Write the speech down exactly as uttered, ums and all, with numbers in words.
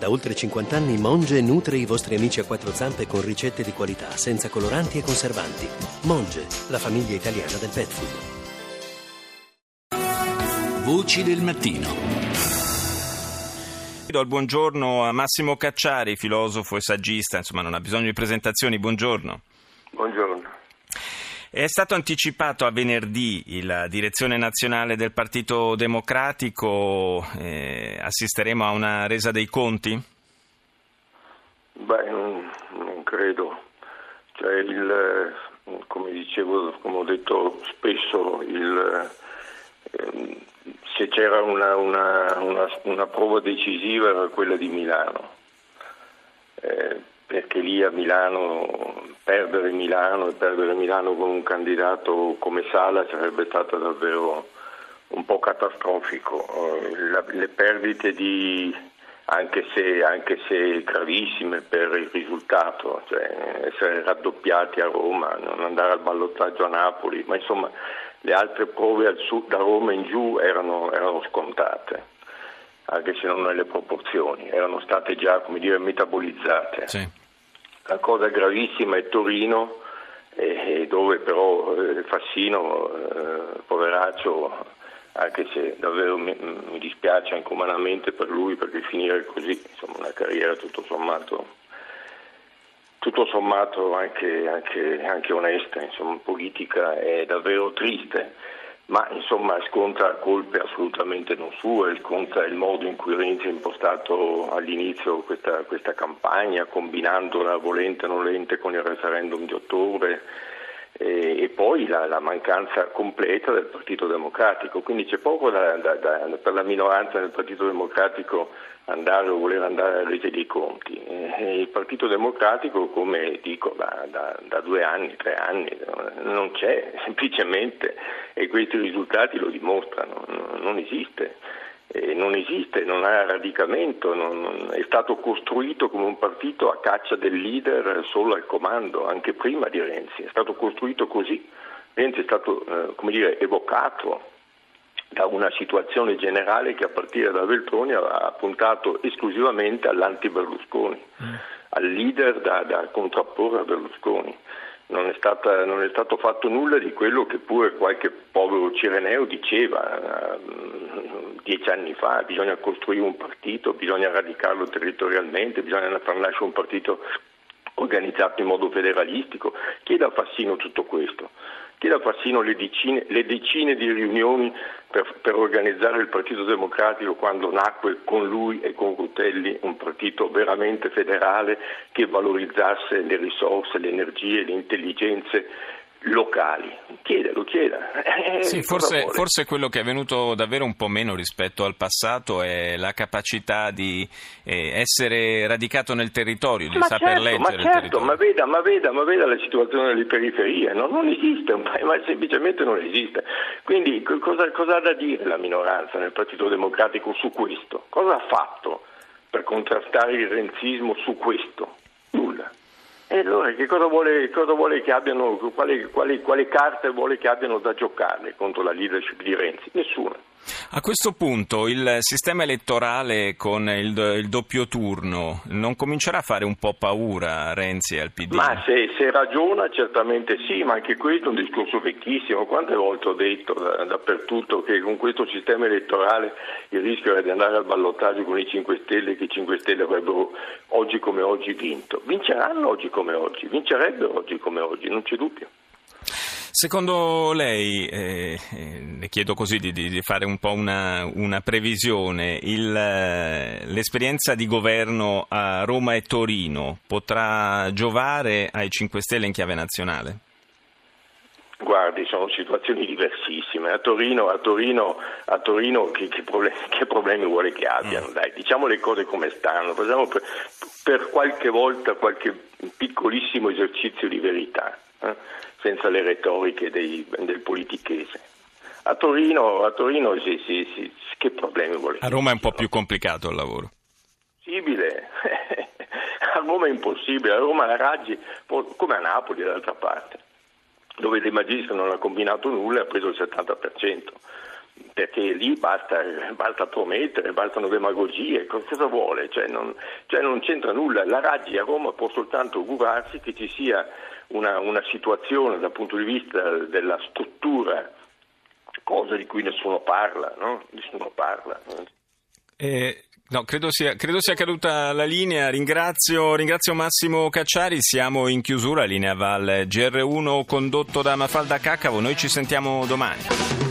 Da oltre cinquanta anni Monge nutre i vostri amici a quattro zampe con ricette di qualità, senza coloranti e conservanti. Monge, la famiglia italiana del pet food. Voci del mattino. Do il buongiorno a Massimo Cacciari, filosofo e saggista, insomma non ha bisogno di presentazioni. Buongiorno. Buongiorno. È stato anticipato a venerdì la direzione nazionale del Partito Democratico, eh, assisteremo a una resa dei conti? Beh, non, non credo. Cioè il, come dicevo, come ho detto spesso, il, eh, se c'era una, una, una, una prova decisiva era quella di Milano. Eh, perché lì a Milano, perdere Milano e perdere Milano con un candidato come Sala sarebbe stato davvero un po' catastrofico. La, le perdite di, anche se, anche se gravissime per il risultato, cioè essere raddoppiati a Roma, non andare al ballottaggio a Napoli, ma insomma le altre prove al sud, da Roma in giù erano, erano scontate, anche se non nelle proporzioni, erano state già, come dire, metabolizzate. Sì. La cosa gravissima è Torino, eh, dove però eh, Fassino, eh, poveraccio, anche se davvero mi, mi dispiace anche umanamente per lui, perché finire così, insomma, una carriera tutto sommato, tutto sommato anche, anche, anche onesta, insomma, politica, è davvero triste. Ma insomma sconta colpe assolutamente non sue, sconta il modo in cui Renzi ha impostato all'inizio questa, questa campagna, combinandola volente o nolente con il referendum di ottobre, e, e poi la, la mancanza completa del Partito Democratico. Quindi c'è poco da, da, da, per la minoranza del Partito Democratico andare o voler andare a resa dei conti. E il Partito Democratico, come dico da, da, da due anni, tre anni, non c'è semplicemente, e questi risultati lo dimostrano, non esiste. Eh, non esiste, non ha radicamento, non, non, è stato costruito come un partito a caccia del leader solo al comando, anche prima di Renzi, è stato costruito così. Renzi è stato, eh, come dire, evocato da una situazione generale che a partire da Veltroni ha puntato esclusivamente all'anti-Berlusconi, mm. al leader da, da contrapporre a Berlusconi. Non è, stata, non è stato fatto nulla di quello che pure qualche povero Cireneo diceva uh, dieci anni fa: bisogna costruire un partito, bisogna radicarlo territorialmente, bisogna far nascere un partito organizzato in modo federalistico. Chieda a Fassino tutto questo, chieda a Fassino le decine, le decine di riunioni per, per organizzare il Partito Democratico quando nacque con lui e con Rutelli un partito veramente federale che valorizzasse le risorse, le energie, le intelligenze locali. Chiedelo, chieda. Eh, sì, forse, forse quello che è venuto davvero un po' meno rispetto al passato è la capacità di eh, essere radicato nel territorio, di ma saper certo, leggere ma il certo, territorio. Ma veda, ma veda, ma veda la situazione delle periferie, no? Non esiste, ma semplicemente non esiste. Quindi cosa, cosa ha da dire la minoranza nel Partito Democratico su questo? Cosa ha fatto per contrastare il renzismo su questo? Nulla. E allora che cosa vuole, cosa vuole che abbiano, quali, quali, quali carte vuole che abbiano da giocare contro la leadership di Renzi? Nessuna. A questo punto il sistema elettorale con il, il doppio turno non comincerà a fare un po' paura a Renzi e al P D? Ma se, se ragiona certamente sì, ma anche questo è un discorso vecchissimo. Quante volte ho detto da, dappertutto che con questo sistema elettorale il rischio era di andare al ballottaggio con i cinque Stelle, che i cinque Stelle avrebbero oggi come oggi vinto. Vinceranno oggi come oggi, vincerebbero oggi come oggi, non c'è dubbio. Secondo lei, eh, le chiedo così di, di fare un po' una, una previsione, il, l'esperienza di governo a Roma e Torino potrà giovare ai cinque Stelle in chiave nazionale? Guardi, sono situazioni diversissime. A Torino, a Torino, a Torino che, che, problemi, che problemi vuole che abbiano? Dai, diciamo le cose come stanno, facciamo per, per qualche volta qualche piccolissimo esercizio di verità, eh? senza le retoriche dei, del politichese. A Torino, a Torino sì, sì, sì, che problemi vuole? A Roma è un po' più complicato il lavoro. Possibile. A Roma è impossibile, a Roma la Raggi, come a Napoli d'altra parte, dove De Magistris non ha combinato nulla e ha preso il settanta per cento. perché lì basta, basta promettere, bastano demagogie, cosa vuole? Cioè non, cioè non c'entra nulla. La Raggi a Roma può soltanto augurarsi che ci sia una, una situazione dal punto di vista della struttura, cosa di cui nessuno parla, no? Nessuno parla. Eh... No, credo sia, credo sia caduta la linea. Ringrazio, ringrazio Massimo Cacciari. Siamo in chiusura, linea Val G R uno condotto da Mafalda Caccavo. Noi ci sentiamo domani.